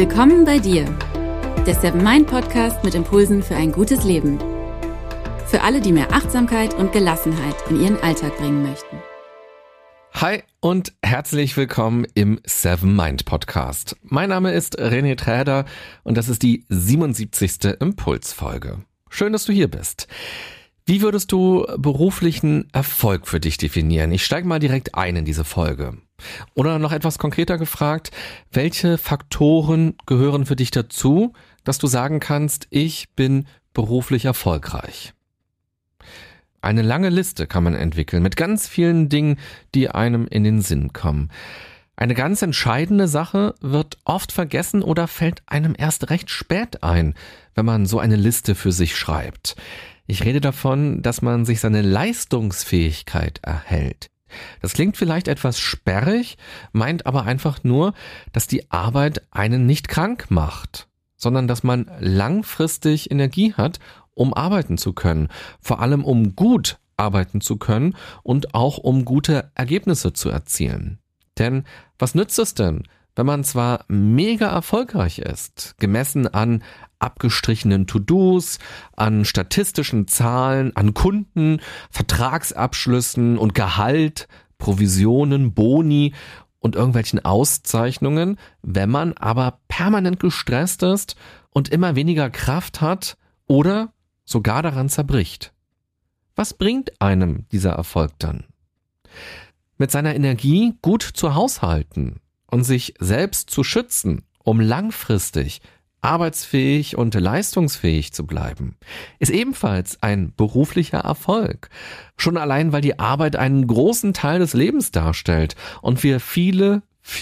Willkommen bei dir, der Seven Mind Podcast mit Impulsen für ein gutes Leben. Für alle, die mehr Achtsamkeit und Gelassenheit in ihren Alltag bringen möchten. Hi und herzlich willkommen im Seven Mind Podcast. Mein Name ist René Träder und das ist die 77. Impulsfolge. Schön, dass du hier bist. Wie würdest du beruflichen Erfolg für dich definieren? Ich steige mal direkt ein in diese Folge. Oder noch etwas konkreter gefragt, welche Faktoren gehören für dich dazu, dass du sagen kannst, ich bin beruflich erfolgreich? Eine lange Liste kann man entwickeln mit ganz vielen Dingen, die einem in den Sinn kommen. Eine ganz entscheidende Sache wird oft vergessen oder fällt einem erst recht spät ein, wenn man so eine Liste für sich schreibt. Ich rede davon, dass man sich seine Leistungsfähigkeit erhält. Das klingt vielleicht etwas sperrig, meint aber einfach nur, dass die Arbeit einen nicht krank macht, sondern dass man langfristig Energie hat, um arbeiten zu können, vor allem um gut arbeiten zu können und auch um gute Ergebnisse zu erzielen. Denn was nützt es denn, wenn man zwar mega erfolgreich ist, gemessen an abgestrichenen To-Dos, an statistischen Zahlen, an Kunden, Vertragsabschlüssen und Gehalt, Provisionen, Boni und irgendwelchen Auszeichnungen, wenn man aber permanent gestresst ist und immer weniger Kraft hat oder sogar daran zerbricht. Was bringt einem dieser Erfolg dann? Mit seiner Energie gut zu haushalten und sich selbst zu schützen, um langfristig arbeitsfähig und leistungsfähig zu bleiben, ist ebenfalls ein beruflicher Erfolg. Schon allein, weil die Arbeit einen großen Teil des Lebens darstellt und wir viele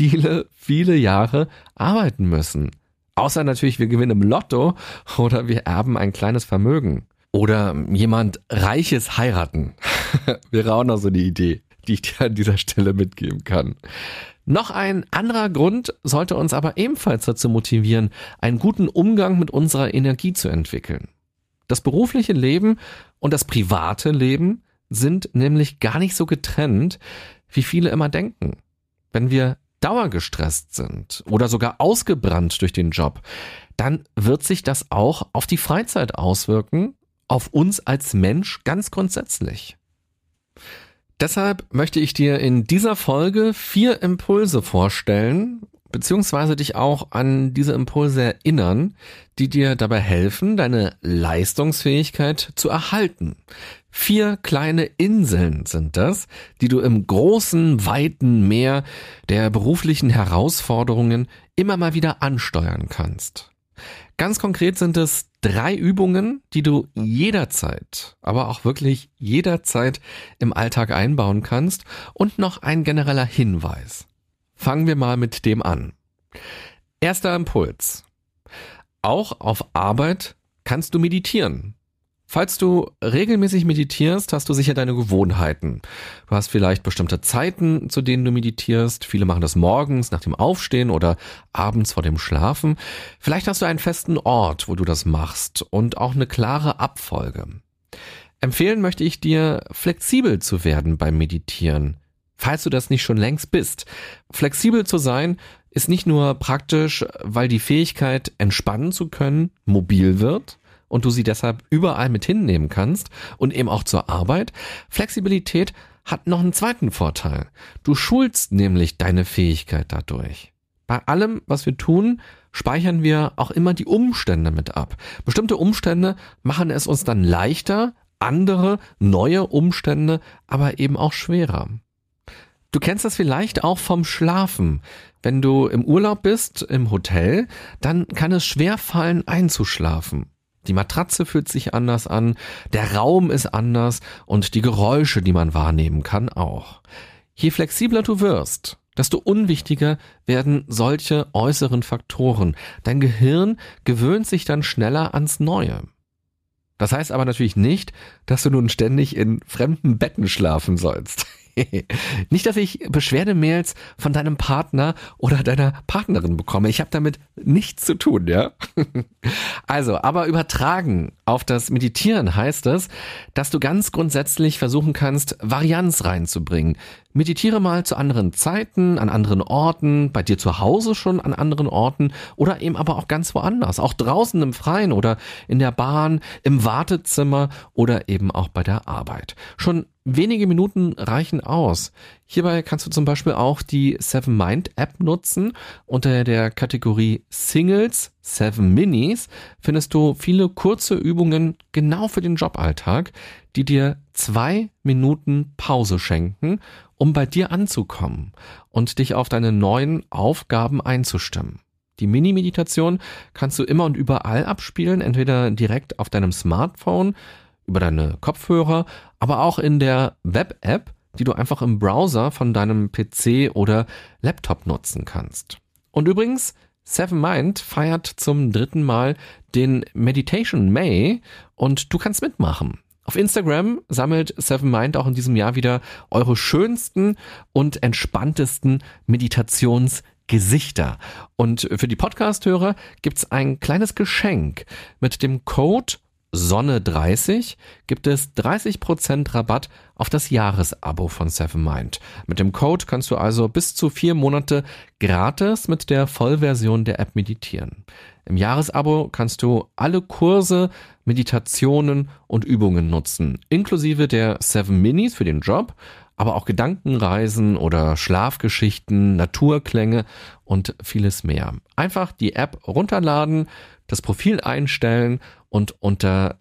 Jahre arbeiten müssen. Außer natürlich, wir gewinnen im Lotto oder wir erben ein kleines Vermögen. Oder jemand Reiches heiraten. Wäre auch noch so eine Idee, die ich dir an dieser Stelle mitgeben kann. Noch ein anderer Grund sollte uns aber ebenfalls dazu motivieren, einen guten Umgang mit unserer Energie zu entwickeln. Das berufliche Leben und das private Leben sind nämlich gar nicht so getrennt, wie viele immer denken. Wenn wir dauergestresst sind oder sogar ausgebrannt durch den Job, dann wird sich das auch auf die Freizeit auswirken, auf uns als Mensch ganz grundsätzlich. Deshalb möchte ich dir in dieser Folge 4 Impulse vorstellen, beziehungsweise dich auch an diese Impulse erinnern, die dir dabei helfen, deine Leistungsfähigkeit zu erhalten. 4 kleine Inseln sind das, die du im großen, weiten Meer der beruflichen Herausforderungen immer mal wieder ansteuern kannst. Ganz konkret sind es 3 Übungen, die du jederzeit, aber auch wirklich jederzeit im Alltag einbauen kannst und noch ein genereller Hinweis. Fangen wir mal mit dem an. Erster Impuls. Auch auf Arbeit kannst du meditieren. Falls du regelmäßig meditierst, hast du sicher deine Gewohnheiten. Du hast vielleicht bestimmte Zeiten, zu denen du meditierst. Viele machen das morgens nach dem Aufstehen oder abends vor dem Schlafen. Vielleicht hast du einen festen Ort, wo du das machst und auch eine klare Abfolge. Empfehlen möchte ich dir, flexibel zu werden beim Meditieren, falls du das nicht schon längst bist. Flexibel zu sein ist nicht nur praktisch, weil die Fähigkeit, entspannen zu können, mobil wird und du sie deshalb überall mit hinnehmen kannst und eben auch zur Arbeit. Flexibilität hat noch einen zweiten Vorteil. Du schulst nämlich deine Fähigkeit dadurch. Bei allem, was wir tun, speichern wir auch immer die Umstände mit ab. Bestimmte Umstände machen es uns dann leichter, andere, neue Umstände aber eben auch schwerer. Du kennst das vielleicht auch vom Schlafen. Wenn du im Urlaub bist, im Hotel, dann kann es schwer fallen, einzuschlafen. Die Matratze fühlt sich anders an, der Raum ist anders und die Geräusche, die man wahrnehmen kann, auch. Je flexibler du wirst, desto unwichtiger werden solche äußeren Faktoren. Dein Gehirn gewöhnt sich dann schneller ans Neue. Das heißt aber natürlich nicht, dass du nun ständig in fremden Betten schlafen sollst. Nicht, dass ich Beschwerdemails von deinem Partner oder deiner Partnerin bekomme. Ich habe damit nichts zu tun, ja? Also, aber übertragen auf das Meditieren heißt es, dass du ganz grundsätzlich versuchen kannst, Varianz reinzubringen. Meditiere mal zu anderen Zeiten, an anderen Orten, bei dir zu Hause schon an anderen Orten oder eben aber auch ganz woanders. Auch draußen im Freien oder in der Bahn, im Wartezimmer oder eben auch bei der Arbeit. Schon wenige Minuten reichen aus. Hierbei kannst du zum Beispiel auch die Seven Mind App nutzen. Unter der Kategorie Singles, 7 Minis findest du viele kurze Übungen genau für den Joballtag, die dir 2 Minuten Pause schenken, um bei dir anzukommen und dich auf deine neuen Aufgaben einzustimmen. Die Mini-Meditation kannst du immer und überall abspielen, entweder direkt auf deinem Smartphone, über deine Kopfhörer, aber auch in der Web-App, die du einfach im Browser von deinem PC oder Laptop nutzen kannst. Und übrigens, Seven Mind feiert zum 3. Mal den Meditation May und du kannst mitmachen. Auf Instagram sammelt Seven Mind auch in diesem Jahr wieder eure schönsten und entspanntesten Meditationsgesichter. Und für die Podcast-Hörer gibt's ein kleines Geschenk. Mit dem Code Sonne30 gibt es 30% Rabatt auf das Jahresabo von Seven Mind. Mit dem Code kannst du also bis zu 4 Monate gratis mit der Vollversion der App meditieren. Im Jahresabo kannst du alle Kurse, Meditationen und Übungen nutzen, inklusive der 7 Minis für den Job, aber auch Gedankenreisen oder Schlafgeschichten, Naturklänge und vieles mehr. Einfach die App runterladen, das Profil einstellen und unter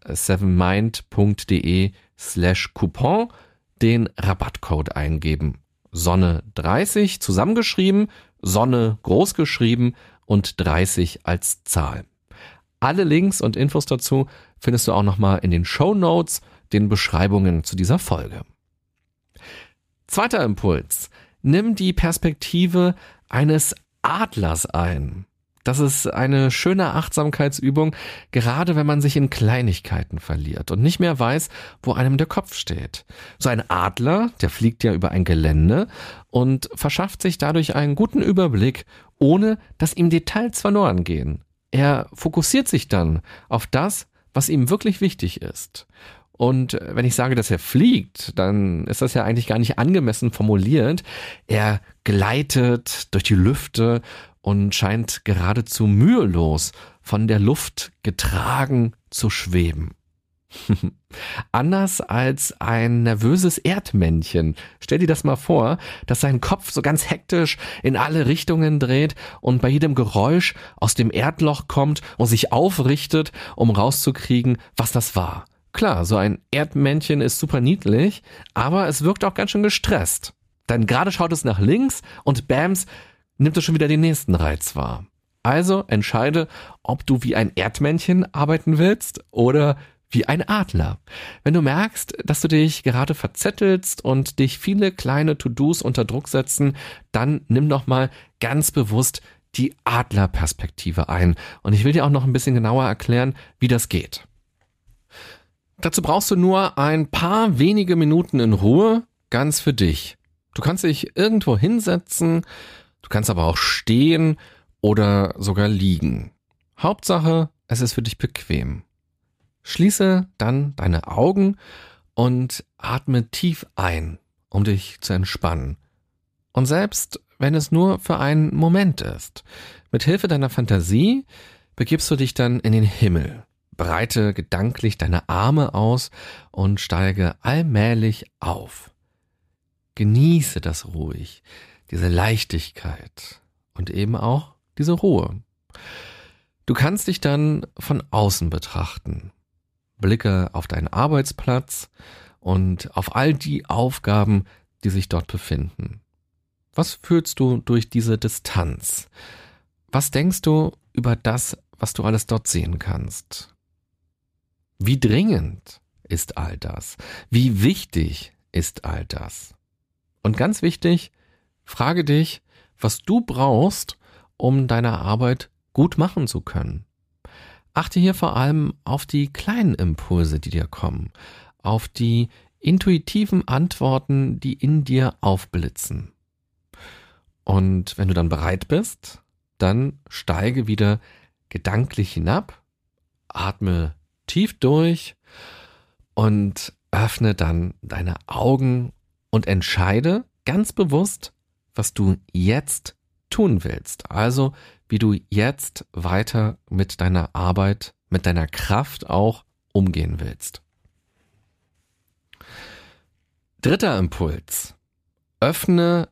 sevenmind.de/Coupon den Rabattcode eingeben. Sonne30 zusammengeschrieben, Sonne groß geschrieben und 30 als Zahl. Alle Links und Infos dazu findest du auch nochmal in den Shownotes, den Beschreibungen zu dieser Folge. Zweiter Impuls. Nimm die Perspektive eines Adlers ein. Das ist eine schöne Achtsamkeitsübung, gerade wenn man sich in Kleinigkeiten verliert und nicht mehr weiß, wo einem der Kopf steht. So ein Adler, der fliegt ja über ein Gelände und verschafft sich dadurch einen guten Überblick, ohne dass ihm Details verloren gehen. Er fokussiert sich dann auf das, was ihm wirklich wichtig ist. Und wenn ich sage, dass er fliegt, dann ist das ja eigentlich gar nicht angemessen formuliert. Er gleitet durch die Lüfte und scheint geradezu mühelos von der Luft getragen zu schweben. Anders als ein nervöses Erdmännchen. Stell dir das mal vor, dass sein Kopf so ganz hektisch in alle Richtungen dreht und bei jedem Geräusch aus dem Erdloch kommt und sich aufrichtet, um rauszukriegen, was das war. Klar, so ein Erdmännchen ist super niedlich, aber es wirkt auch ganz schön gestresst. Denn gerade schaut es nach links und bams, nimmt es schon wieder den nächsten Reiz wahr. Also entscheide, ob du wie ein Erdmännchen arbeiten willst oder wie ein Adler. Wenn du merkst, dass du dich gerade verzettelst und dich viele kleine To-Dos unter Druck setzen, dann nimm doch mal ganz bewusst die Adlerperspektive ein. Und ich will dir auch noch ein bisschen genauer erklären, wie das geht. Dazu brauchst du nur ein paar wenige Minuten in Ruhe, ganz für dich. Du kannst dich irgendwo hinsetzen, du kannst aber auch stehen oder sogar liegen. Hauptsache, es ist für dich bequem. Schließe dann deine Augen und atme tief ein, um dich zu entspannen. Und selbst wenn es nur für einen Moment ist, mit Hilfe deiner Fantasie begibst du dich dann in den Himmel. Breite gedanklich deine Arme aus und steige allmählich auf. Genieße das ruhig, diese Leichtigkeit und eben auch diese Ruhe. Du kannst dich dann von außen betrachten. Blicke auf deinen Arbeitsplatz und auf all die Aufgaben, die sich dort befinden. Was fühlst du durch diese Distanz? Was denkst du über das, was du alles dort sehen kannst? Wie dringend ist all das? Wie wichtig ist all das? Und ganz wichtig, frage dich, was du brauchst, um deine Arbeit gut machen zu können. Achte hier vor allem auf die kleinen Impulse, die dir kommen, auf die intuitiven Antworten, die in dir aufblitzen. Und wenn du dann bereit bist, dann steige wieder gedanklich hinab, atme tief durch und öffne dann deine Augen und entscheide ganz bewusst, was du jetzt tun willst. Also, wie du jetzt weiter mit deiner Arbeit, mit deiner Kraft auch umgehen willst. Dritter Impuls. Öffne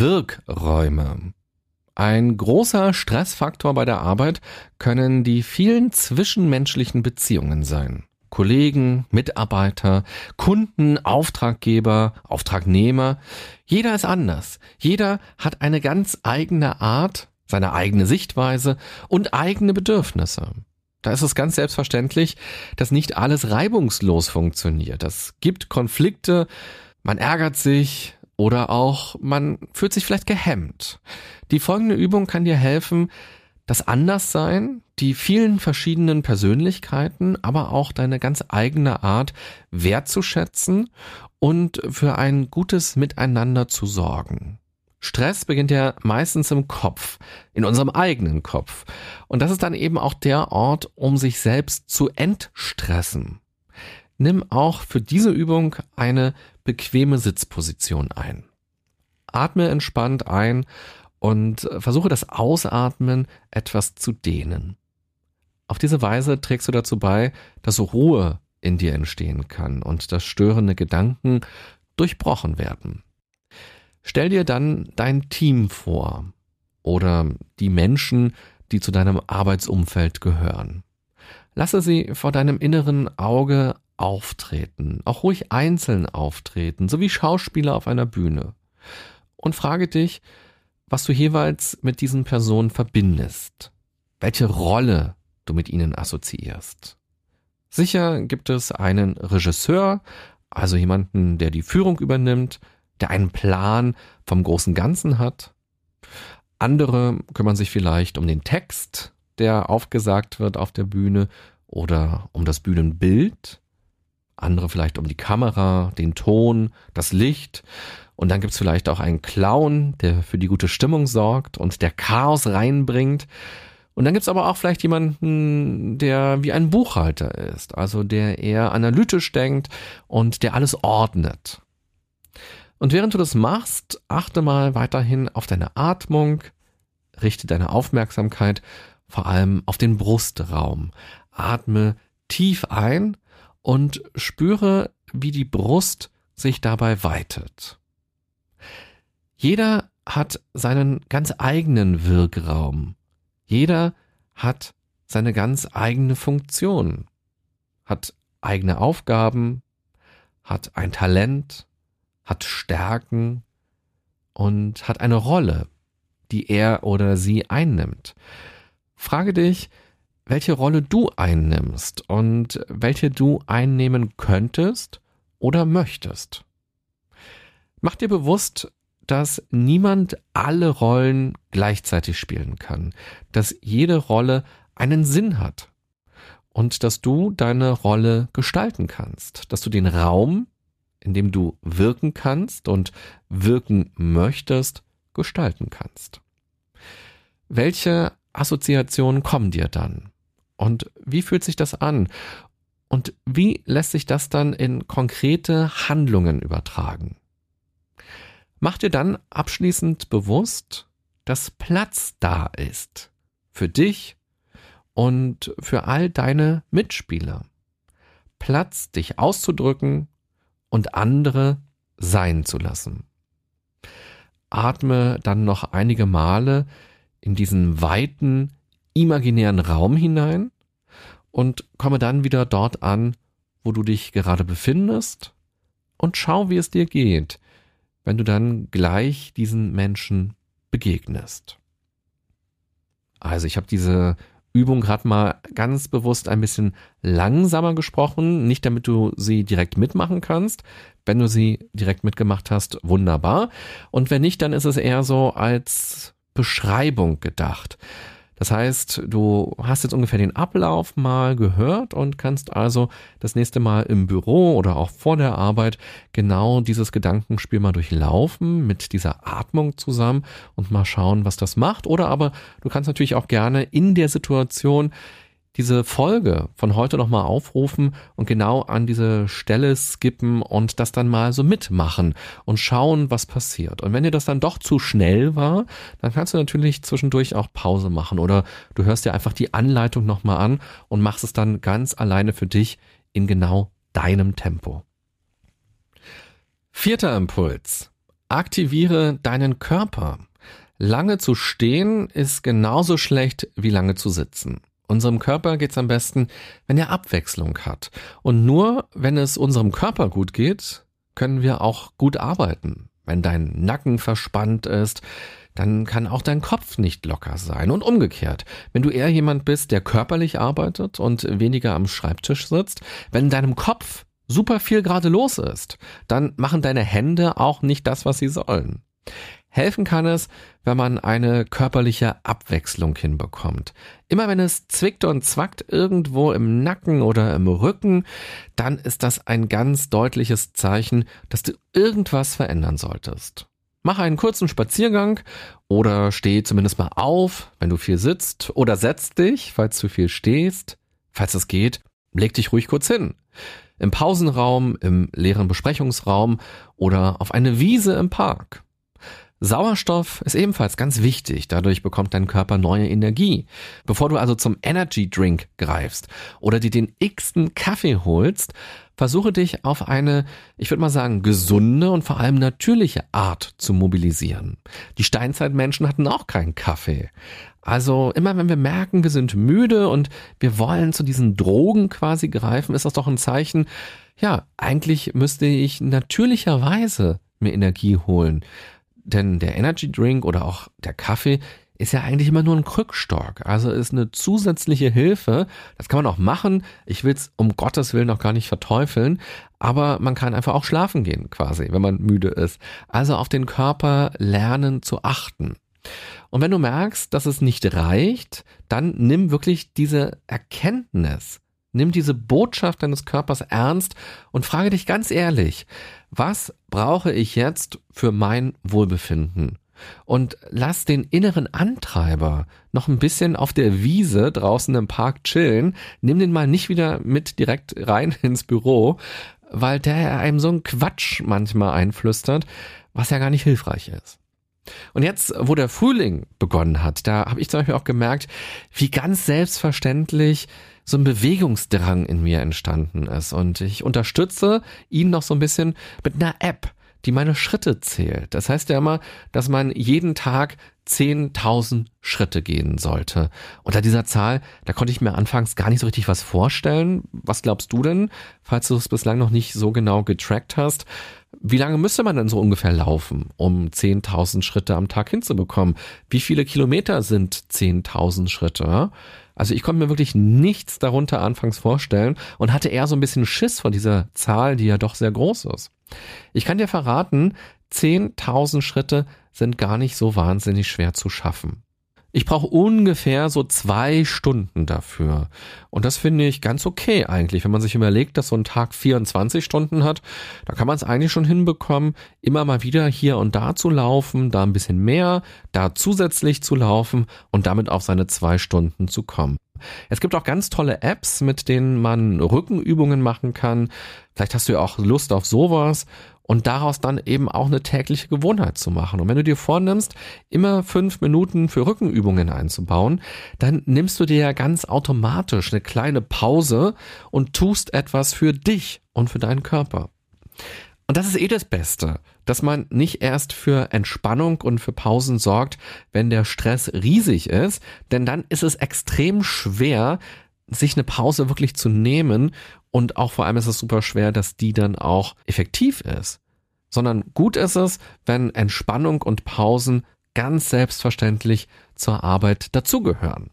Wirkräume. Ein großer Stressfaktor bei der Arbeit können die vielen zwischenmenschlichen Beziehungen sein. Kollegen, Mitarbeiter, Kunden, Auftraggeber, Auftragnehmer. Jeder ist anders. Jeder hat eine ganz eigene Art, seine eigene Sichtweise und eigene Bedürfnisse. Da ist es ganz selbstverständlich, dass nicht alles reibungslos funktioniert. Es gibt Konflikte, man ärgert sich oder auch man fühlt sich vielleicht gehemmt. Die folgende Übung kann dir helfen, das Anderssein, die vielen verschiedenen Persönlichkeiten, aber auch deine ganz eigene Art wertzuschätzen und für ein gutes Miteinander zu sorgen. Stress beginnt ja meistens im Kopf, in unserem eigenen Kopf. Und das ist dann eben auch der Ort, um sich selbst zu entstressen. Nimm auch für diese Übung eine bequeme Sitzposition ein. Atme entspannt ein und versuche das Ausatmen etwas zu dehnen. Auf diese Weise trägst du dazu bei, dass Ruhe in dir entstehen kann und dass störende Gedanken durchbrochen werden. Stell dir dann dein Team vor oder die Menschen, die zu deinem Arbeitsumfeld gehören. Lasse sie vor deinem inneren Auge auftreten, auch ruhig einzeln auftreten, so wie Schauspieler auf einer Bühne. Und frage dich, was du jeweils mit diesen Personen verbindest, welche Rolle du mit ihnen assoziierst. Sicher gibt es einen Regisseur, also jemanden, der die Führung übernimmt, der einen Plan vom großen Ganzen hat. Andere kümmern sich vielleicht um den Text, der aufgesagt wird auf der Bühne, oder um das Bühnenbild. Andere vielleicht um die Kamera, den Ton, das Licht. Und dann gibt's vielleicht auch einen Clown, der für die gute Stimmung sorgt und der Chaos reinbringt. Und dann gibt's aber auch vielleicht jemanden, der wie ein Buchhalter ist, also der eher analytisch denkt und der alles ordnet. Und während du das machst, achte mal weiterhin auf deine Atmung, richte deine Aufmerksamkeit vor allem auf den Brustraum. Atme tief ein und spüre, wie die Brust sich dabei weitet. Jeder hat seinen ganz eigenen Wirkraum. Jeder hat seine ganz eigene Funktion, hat eigene Aufgaben, hat ein Talent, hat Stärken und hat eine Rolle, die er oder sie einnimmt. Frage dich, welche Rolle du einnimmst und welche du einnehmen könntest oder möchtest. Mach dir bewusst, dass niemand alle Rollen gleichzeitig spielen kann, dass jede Rolle einen Sinn hat und dass du deine Rolle gestalten kannst, dass du den Raum, in dem du wirken kannst und wirken möchtest, gestalten kannst. Welche Assoziationen kommen dir dann? Und wie fühlt sich das an? Und wie lässt sich das dann in konkrete Handlungen übertragen? Mach dir dann abschließend bewusst, dass Platz da ist für dich und für all deine Mitspieler. Platz, dich auszudrücken und andere sein zu lassen. Atme dann noch einige Male in diesen weiten, imaginären Raum hinein und komme dann wieder dort an, wo du dich gerade befindest und schau, wie es dir geht, wenn du dann gleich diesen Menschen begegnest. Also ich habe diese Übung gerade mal ganz bewusst ein bisschen langsamer gesprochen, nicht damit du sie direkt mitmachen kannst. Wenn du sie direkt mitgemacht hast, wunderbar. Und wenn nicht, dann ist es eher so als Beschreibung gedacht. Das heißt, du hast jetzt ungefähr den Ablauf mal gehört und kannst also das nächste Mal im Büro oder auch vor der Arbeit genau dieses Gedankenspiel mal durchlaufen mit dieser Atmung zusammen und mal schauen, was das macht. Oder aber du kannst natürlich auch gerne in der Situation diese Folge von heute nochmal aufrufen und genau an diese Stelle skippen und das dann mal so mitmachen und schauen, was passiert. Und wenn dir das dann doch zu schnell war, dann kannst du natürlich zwischendurch auch Pause machen oder du hörst dir einfach die Anleitung nochmal an und machst es dann ganz alleine für dich in genau deinem Tempo. 4. Impuls. Aktiviere deinen Körper. Lange zu stehen ist genauso schlecht wie lange zu sitzen. Unserem Körper geht's am besten, wenn er Abwechslung hat. Und nur wenn es unserem Körper gut geht, können wir auch gut arbeiten. Wenn dein Nacken verspannt ist, dann kann auch dein Kopf nicht locker sein. Und umgekehrt, wenn du eher jemand bist, der körperlich arbeitet und weniger am Schreibtisch sitzt, wenn in deinem Kopf super viel gerade los ist, dann machen deine Hände auch nicht das, was sie sollen. Helfen kann es, wenn man eine körperliche Abwechslung hinbekommt. Immer wenn es zwickt und zwackt irgendwo im Nacken oder im Rücken, dann ist das ein ganz deutliches Zeichen, dass du irgendwas verändern solltest. Mach einen kurzen Spaziergang oder steh zumindest mal auf, wenn du viel sitzt, oder setz dich, falls du viel stehst. Falls es geht, leg dich ruhig kurz hin. Im Pausenraum, im leeren Besprechungsraum oder auf eine Wiese im Park. Sauerstoff ist ebenfalls ganz wichtig, dadurch bekommt dein Körper neue Energie. Bevor du also zum Energy Drink greifst oder dir den x-ten Kaffee holst, versuche dich auf eine, ich würde mal sagen, gesunde und vor allem natürliche Art zu mobilisieren. Die Steinzeitmenschen hatten auch keinen Kaffee. Also immer wenn wir merken, wir sind müde und wir wollen zu diesen Drogen quasi greifen, ist das doch ein Zeichen, ja, eigentlich müsste ich natürlicherweise mir Energie holen. Denn der Energy Drink oder auch der Kaffee ist ja eigentlich immer nur ein Krückstock. Also ist eine zusätzliche Hilfe. Das kann man auch machen. Ich will es um Gottes Willen noch gar nicht verteufeln. Aber man kann einfach auch schlafen gehen quasi, wenn man müde ist. Also auf den Körper lernen zu achten. Und wenn du merkst, dass es nicht reicht, dann nimm wirklich diese Erkenntnis. Nimm diese Botschaft deines Körpers ernst und frage dich ganz ehrlich, was brauche ich jetzt für mein Wohlbefinden? Und lass den inneren Antreiber noch ein bisschen auf der Wiese draußen im Park chillen. Nimm den mal nicht wieder mit direkt rein ins Büro, weil der einem so einen Quatsch manchmal einflüstert, was ja gar nicht hilfreich ist. Und jetzt, wo der Frühling begonnen hat, da habe ich zum Beispiel auch gemerkt, wie ganz selbstverständlich so ein Bewegungsdrang in mir entstanden ist. Und ich unterstütze ihn noch so ein bisschen mit einer App, die meine Schritte zählt. Das heißt ja immer, dass man jeden Tag 10.000 Schritte gehen sollte. Unter dieser Zahl, da konnte ich mir anfangs gar nicht so richtig was vorstellen. Was glaubst du denn, falls du es bislang noch nicht so genau getrackt hast? Wie lange müsste man denn so ungefähr laufen, um 10.000 Schritte am Tag hinzubekommen? Wie viele Kilometer sind 10.000 Schritte? Also ich konnte mir wirklich nichts darunter anfangs vorstellen und hatte eher so ein bisschen Schiss vor dieser Zahl, die ja doch sehr groß ist. Ich kann dir verraten, 10.000 Schritte sind gar nicht so wahnsinnig schwer zu schaffen. Ich brauche ungefähr so 2 Stunden dafür. Und das finde ich ganz okay eigentlich. Wenn man sich überlegt, dass so ein Tag 24 Stunden hat, da kann man es eigentlich schon hinbekommen, immer mal wieder hier und da zu laufen, da ein bisschen mehr, da zusätzlich zu laufen und damit auf seine 2 Stunden zu kommen. Es gibt auch ganz tolle Apps, mit denen man Rückenübungen machen kann. Vielleicht hast du ja auch Lust auf sowas. Und daraus dann eben auch eine tägliche Gewohnheit zu machen. Und wenn du dir vornimmst, immer 5 Minuten für Rückenübungen einzubauen, dann nimmst du dir ja ganz automatisch eine kleine Pause und tust etwas für dich und für deinen Körper. Und das ist das Beste, dass man nicht erst für Entspannung und für Pausen sorgt, wenn der Stress riesig ist, denn dann ist es extrem schwer, sich eine Pause wirklich zu nehmen und auch vor allem ist es super schwer, dass die dann auch effektiv ist. Sondern gut ist es, wenn Entspannung und Pausen ganz selbstverständlich zur Arbeit dazugehören.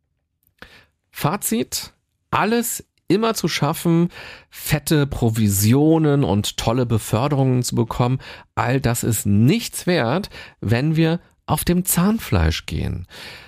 Fazit: Alles immer zu schaffen, fette Provisionen und tolle Beförderungen zu bekommen, all das ist nichts wert, wenn wir auf dem Zahnfleisch gehen.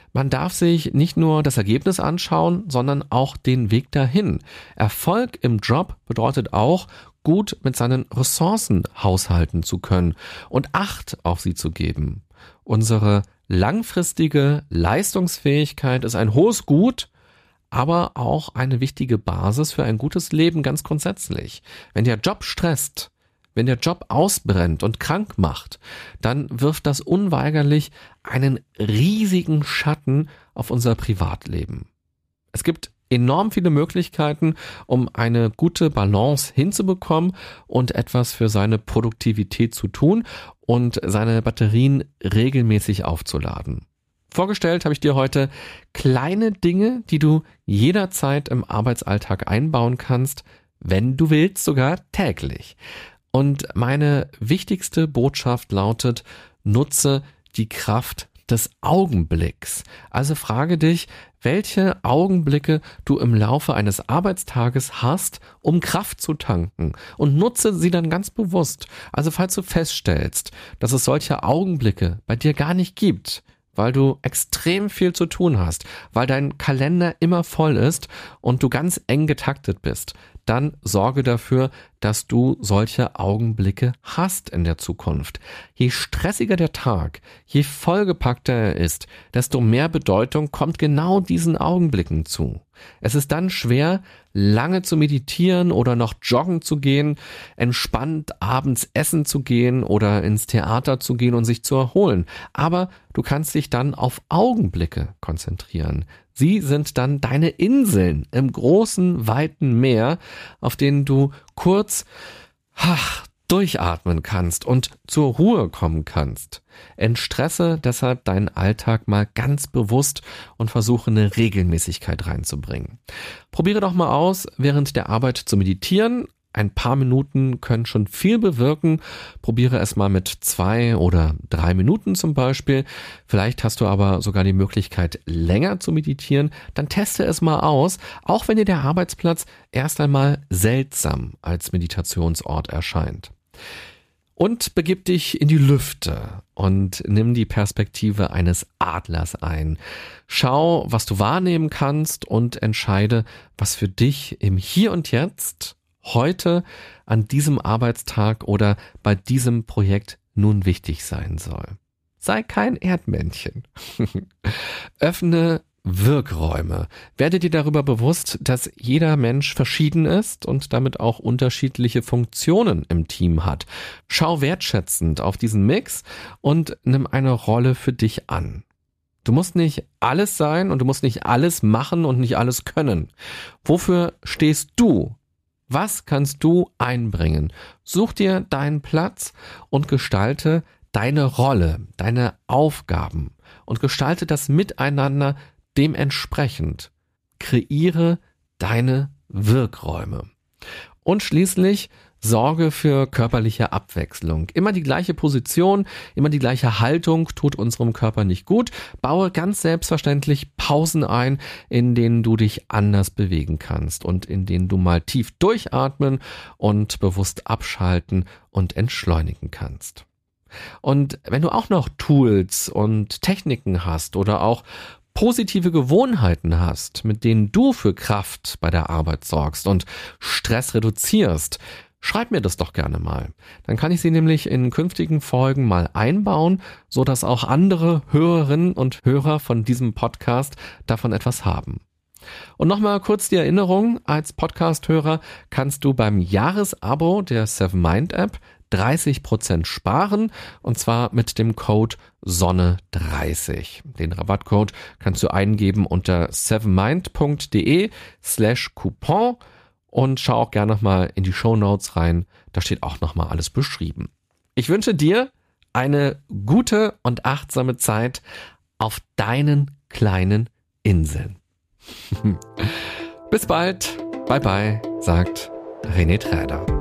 Man darf sich nicht nur das Ergebnis anschauen, sondern auch den Weg dahin. Erfolg im Job bedeutet auch, gut mit seinen Ressourcen haushalten zu können und Acht auf sie zu geben. Unsere langfristige Leistungsfähigkeit ist ein hohes Gut, aber auch eine wichtige Basis für ein gutes Leben ganz grundsätzlich. Wenn der Job stresst, wenn der Job ausbrennt und krank macht, dann wirft das unweigerlich einen riesigen Schatten auf unser Privatleben. Es gibt enorm viele Möglichkeiten, um eine gute Balance hinzubekommen und etwas für seine Produktivität zu tun und seine Batterien regelmäßig aufzuladen. Vorgestellt habe ich dir heute kleine Dinge, die du jederzeit im Arbeitsalltag einbauen kannst, wenn du willst, sogar täglich. Und meine wichtigste Botschaft lautet, nutze die Kraft des Augenblicks. Also frage dich, welche Augenblicke du im Laufe eines Arbeitstages hast, um Kraft zu tanken, und nutze sie dann ganz bewusst. Also falls du feststellst, dass es solche Augenblicke bei dir gar nicht gibt, weil du extrem viel zu tun hast, weil dein Kalender immer voll ist und du ganz eng getaktet bist, dann sorge dafür, dass du solche Augenblicke hast in der Zukunft. Je stressiger der Tag, je vollgepackter er ist, desto mehr Bedeutung kommt genau diesen Augenblicken zu. Es ist dann schwer, lange zu meditieren oder noch joggen zu gehen, entspannt abends essen zu gehen oder ins Theater zu gehen und sich zu erholen. Aber du kannst dich dann auf Augenblicke konzentrieren. Sie sind dann deine Inseln im großen, weiten Meer, auf denen du kurz durchatmen kannst und zur Ruhe kommen kannst. Entstresse deshalb deinen Alltag mal ganz bewusst und versuche eine Regelmäßigkeit reinzubringen. Probiere doch mal aus, während der Arbeit zu meditieren. Ein paar Minuten können schon viel bewirken. Probiere es mal mit 2 oder 3 Minuten zum Beispiel. Vielleicht hast du aber sogar die Möglichkeit, länger zu meditieren. Dann teste es mal aus, auch wenn dir der Arbeitsplatz erst einmal seltsam als Meditationsort erscheint. Und begib dich in die Lüfte und nimm die Perspektive eines Adlers ein. Schau, was du wahrnehmen kannst und entscheide, was für dich im Hier und Jetzt heute an diesem Arbeitstag oder bei diesem Projekt nun wichtig sein soll. Sei kein Erdmännchen. Öffne Wirkräume. Werde dir darüber bewusst, dass jeder Mensch verschieden ist und damit auch unterschiedliche Funktionen im Team hat. Schau wertschätzend auf diesen Mix und nimm eine Rolle für dich an. Du musst nicht alles sein und du musst nicht alles machen und nicht alles können. Wofür stehst du? Was kannst du einbringen? Such dir deinen Platz und gestalte deine Rolle, deine Aufgaben und gestalte das Miteinander dementsprechend. Kreiere deine Wirkräume. Und schließlich sorge für körperliche Abwechslung. Immer die gleiche Position, immer die gleiche Haltung tut unserem Körper nicht gut. Baue ganz selbstverständlich Pausen ein, in denen du dich anders bewegen kannst und in denen du mal tief durchatmen und bewusst abschalten und entschleunigen kannst. Und wenn du auch noch Tools und Techniken hast oder auch positive Gewohnheiten hast, mit denen du für Kraft bei der Arbeit sorgst und Stress reduzierst, schreib mir das doch gerne mal. Dann kann ich sie nämlich in künftigen Folgen mal einbauen, so dass auch andere Hörerinnen und Hörer von diesem Podcast davon etwas haben. Und nochmal kurz die Erinnerung, als Podcast-Hörer kannst du beim Jahresabo der 7Mind-App 30% sparen, und zwar mit dem Code Sonne30. Den Rabattcode kannst du eingeben unter 7mind.de/Coupon und schau auch gerne nochmal in die Shownotes rein, da steht auch nochmal alles beschrieben. Ich wünsche dir eine gute und achtsame Zeit auf deinen kleinen Inseln. Bis bald, bye bye, sagt René Träder.